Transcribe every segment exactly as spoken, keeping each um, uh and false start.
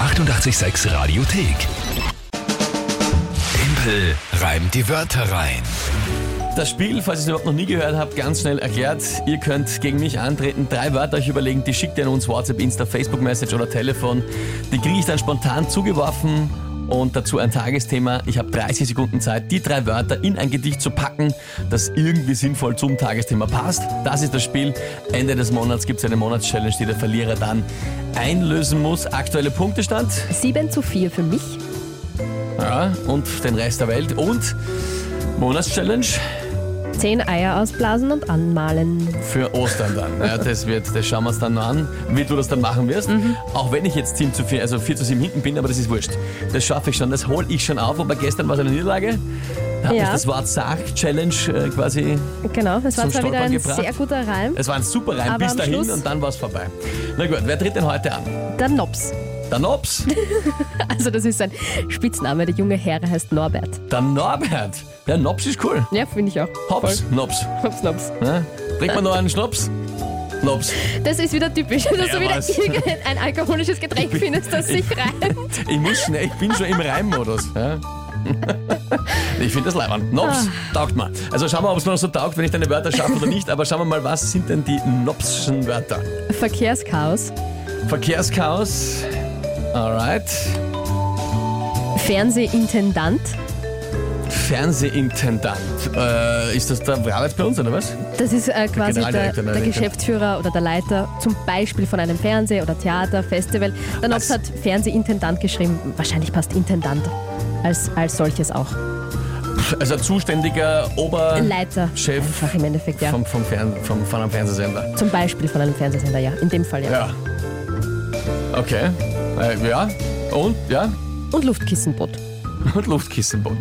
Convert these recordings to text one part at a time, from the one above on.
achtundachtzig Komma sechs Radiothek. Tempel reimt die Wörter rein. Das Spiel, falls ihr es überhaupt noch nie gehört habt, ganz schnell erklärt. Ihr könnt gegen mich antreten, drei Wörter euch überlegen, die schickt ihr an uns WhatsApp, Insta, Facebook-Message oder Telefon. Die kriege ich dann spontan zugeworfen und dazu ein Tagesthema. Ich habe dreißig Sekunden Zeit, die drei Wörter in ein Gedicht zu packen, das irgendwie sinnvoll zum Tagesthema passt. Das ist das Spiel. Ende des Monats gibt es eine Monatschallenge, die der Verlierer dann einlösen muss. Aktuelle Punktestand? sieben zu vier für mich. Ja, und den Rest der Welt. Und Monatschallenge? Zehn Eier ausblasen und anmalen. Für Ostern dann. Ja, das, wird, das schauen wir uns dann noch an, wie du das dann machen wirst. Mhm. Auch wenn ich jetzt sieben zu vier, also vier zu sieben hinten bin, aber das ist wurscht. Das schaffe ich schon, das hole ich schon auf. Aber gestern war es eine Niederlage. Da habe Ja. ich das Wort Sag-Challenge äh, quasi Genau, es war zum zwar wieder Stolpern ein gebracht. sehr guter Reim. Es war ein super Reim Aber bis am dahin Schluss- und dann war es vorbei. Na gut, wer tritt denn heute an? Der Nops. Der Nobs? Also das ist sein Spitzname. Der junge Herr heißt Norbert. Der Norbert? Der Nobs ist cool. Ja, finde ich auch. Hops, Voll. Nobs. Hops, Nops. Ja? Trinkt man noch einen Schnaps? Nobs. Das ist wieder typisch, dass Ja, du wieder was? irgendein alkoholisches Getränk findest, das sich reimt. Ich muss schnell, ich bin schon im Reimmodus. Ja? Ich finde das leibend. Nobs taugt mir. Also schauen wir, ob es mir noch so taugt, wenn ich deine Wörter schaffe oder nicht. Aber schauen wir mal, was sind denn die Nobschen Wörter? Verkehrschaos. Verkehrschaos. Alright. Fernsehintendant. Fernsehintendant. Äh, ist das der Arbeit bei uns oder was? Das ist äh, quasi der, Generaldirektor, der ne? Geschäftsführer oder der Leiter zum Beispiel von einem Fernseh- oder Theater, Festival. Der Nops Ach. hat Fernsehintendant geschrieben. Wahrscheinlich passt Intendant als, als solches auch. Also ein zuständiger Oberchef Leiter einfach im Endeffekt, ja. vom, vom Fern, vom, von einem Fernsehsender. Zum Beispiel von einem Fernsehsender, ja. In dem Fall, ja. Ja. Okay. Äh, ja. Und? Ja. Und Luftkissenboot. Und Luftkissenboot.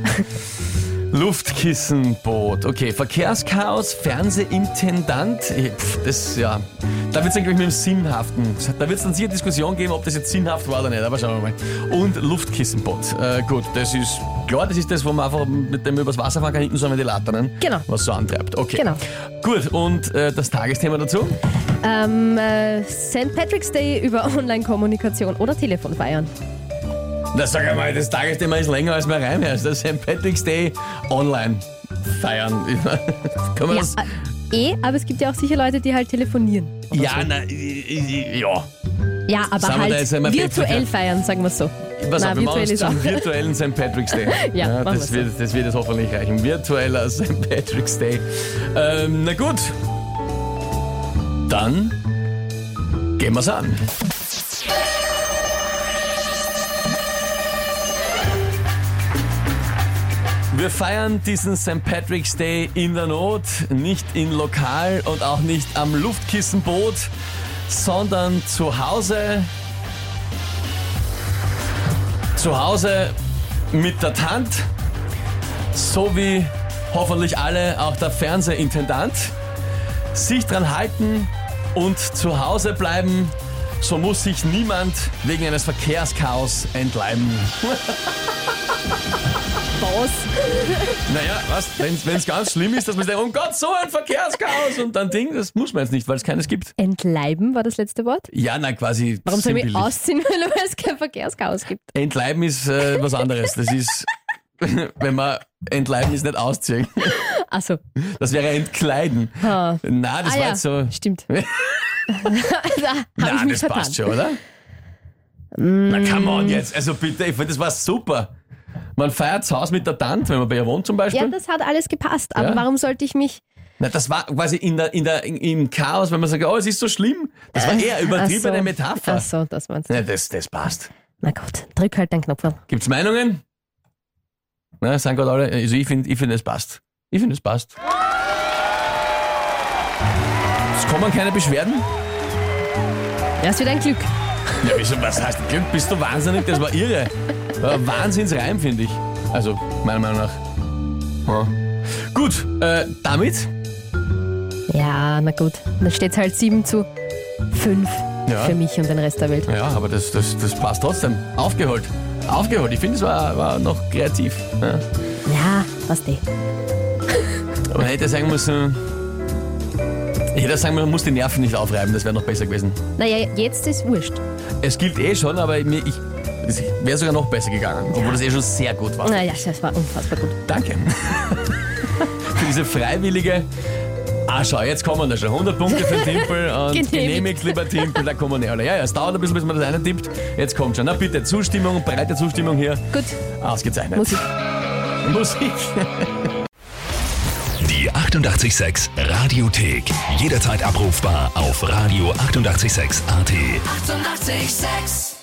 Luftkissenboot. Okay, Verkehrschaos, Fernsehintendant. Eh, pf, Das, ja. Da wird es dann, glaube ich, mit dem Sinnhaften. Da wird es dann sicher Diskussion geben, ob das jetzt sinnhaft war oder nicht. Aber schauen wir mal. Und Luftkissenboot. Äh, gut, das ist klar, das ist das, wo man einfach mit dem übers Wasser fahren kann, hinten so eine Ventilator, Genau. was so antreibt. Okay. Genau. Gut, und äh, das Tagesthema dazu? Ähm, äh, Sankt Patrick's Day über Online-Kommunikation oder Telefon feiern. Na, sag einmal, das Tagesthema ist länger als mein Reim heißt. Das Sankt Patrick's Day online feiern. Kann man Ja, das? äh, eh, aber es gibt ja auch sicher Leute, die halt telefonieren. oder Ja, so. na, i- i- ja. Ja, aber Sagen wir da halt jetzt einmal virtuell Päpstlicher. feiern, sagen wir es so. Was Na, auch, wir machen virtuell es ist zum auch. virtuellen Sankt Patrick's Day. Ja, machen das, wir's so. wird, das wird es hoffentlich reichen. Virtueller Sankt Patrick's Day. Ähm, na gut. Dann gehen wir's an. Wir feiern diesen Sankt Patrick's Day in der Not, nicht in Lokal und auch nicht am Luftkissenboot, sondern zu Hause. Zu Hause mit der Tante, so wie hoffentlich alle, auch der Fernsehintendant. Sich dran halten und zu Hause bleiben, so muss sich niemand wegen eines Verkehrschaos entleiben. Was? Naja, was, wenn es ganz schlimm ist, dass man sagt, oh Gott, so ein Verkehrschaos und dann Ding, das muss man jetzt nicht, weil es keines gibt. Entleiben war das letzte Wort? Ja, nein, quasi Warum soll ich mich sinnbildlich. ausziehen, weil es kein Verkehrschaos gibt? Entleiben ist äh, was anderes. Das ist, wenn man entleiben ist, nicht ausziehen. Achso. Das wäre entkleiden. Ha. Na, das Ah war ja, jetzt so. stimmt. da habe ich Na, mich das vertan. passt schon, oder? Na, come on jetzt. Also bitte, ich finde, das war super. Man feiert zu Hause mit der Tante, wenn man bei ihr wohnt zum Beispiel. Ja, das hat alles gepasst, aber Ja. warum sollte ich mich... Na, das war quasi in der, in der, in, im Chaos, wenn man sagt, oh, es ist so schlimm. Das war eher übertriebene Ach so. Metapher. Ach so, das meinst du. Ja, das, das passt. Na gut, drück halt den Knopf an. Gibt's Meinungen? Na, sagen gerade alle, also ich finde, ich find, es passt. Ich finde, es passt. Es kommen keine Beschwerden. Ja, ist wieder ein Glück. Ja, wieso, was heißt Glück? Bist du wahnsinnig? Das war irre. War ein Wahnsinnsreim, finde ich. Also, meiner Meinung nach. Ja. Gut, äh, damit? Ja, na gut. Dann steht's halt sieben zu fünf Ja. für mich und den Rest der Welt. Ja, aber das, das, das passt trotzdem. Aufgeholt. Aufgeholt. Ich finde, es war, war noch kreativ. Ja. Ja, passt eh. Aber man hätte sagen müssen, ich hätte sagen, man muss die Nerven nicht aufreiben, das wäre noch besser gewesen. Naja, jetzt ist wurscht. Es gilt eh schon, aber mir, ich, Das wäre sogar noch besser gegangen, obwohl das eh schon sehr gut war. Naja, das war unfassbar gut. Danke. Für diese freiwillige... Ah, schau, jetzt kommen da schon hundert Punkte für den Timpel und genehmigt. genehmigt, lieber Timpel, da kommen wir nicht alle. Ja, ja, es dauert ein bisschen, bis man das eine tippt. Jetzt kommt schon. Na bitte, Zustimmung, breite Zustimmung hier. Gut. Ausgezeichnet. Musik. Musik. Die achtundachtzig Komma sechs Radiothek. Jederzeit abrufbar auf radio achtundachtzig Komma sechs A T. achtundachtzig Komma sechs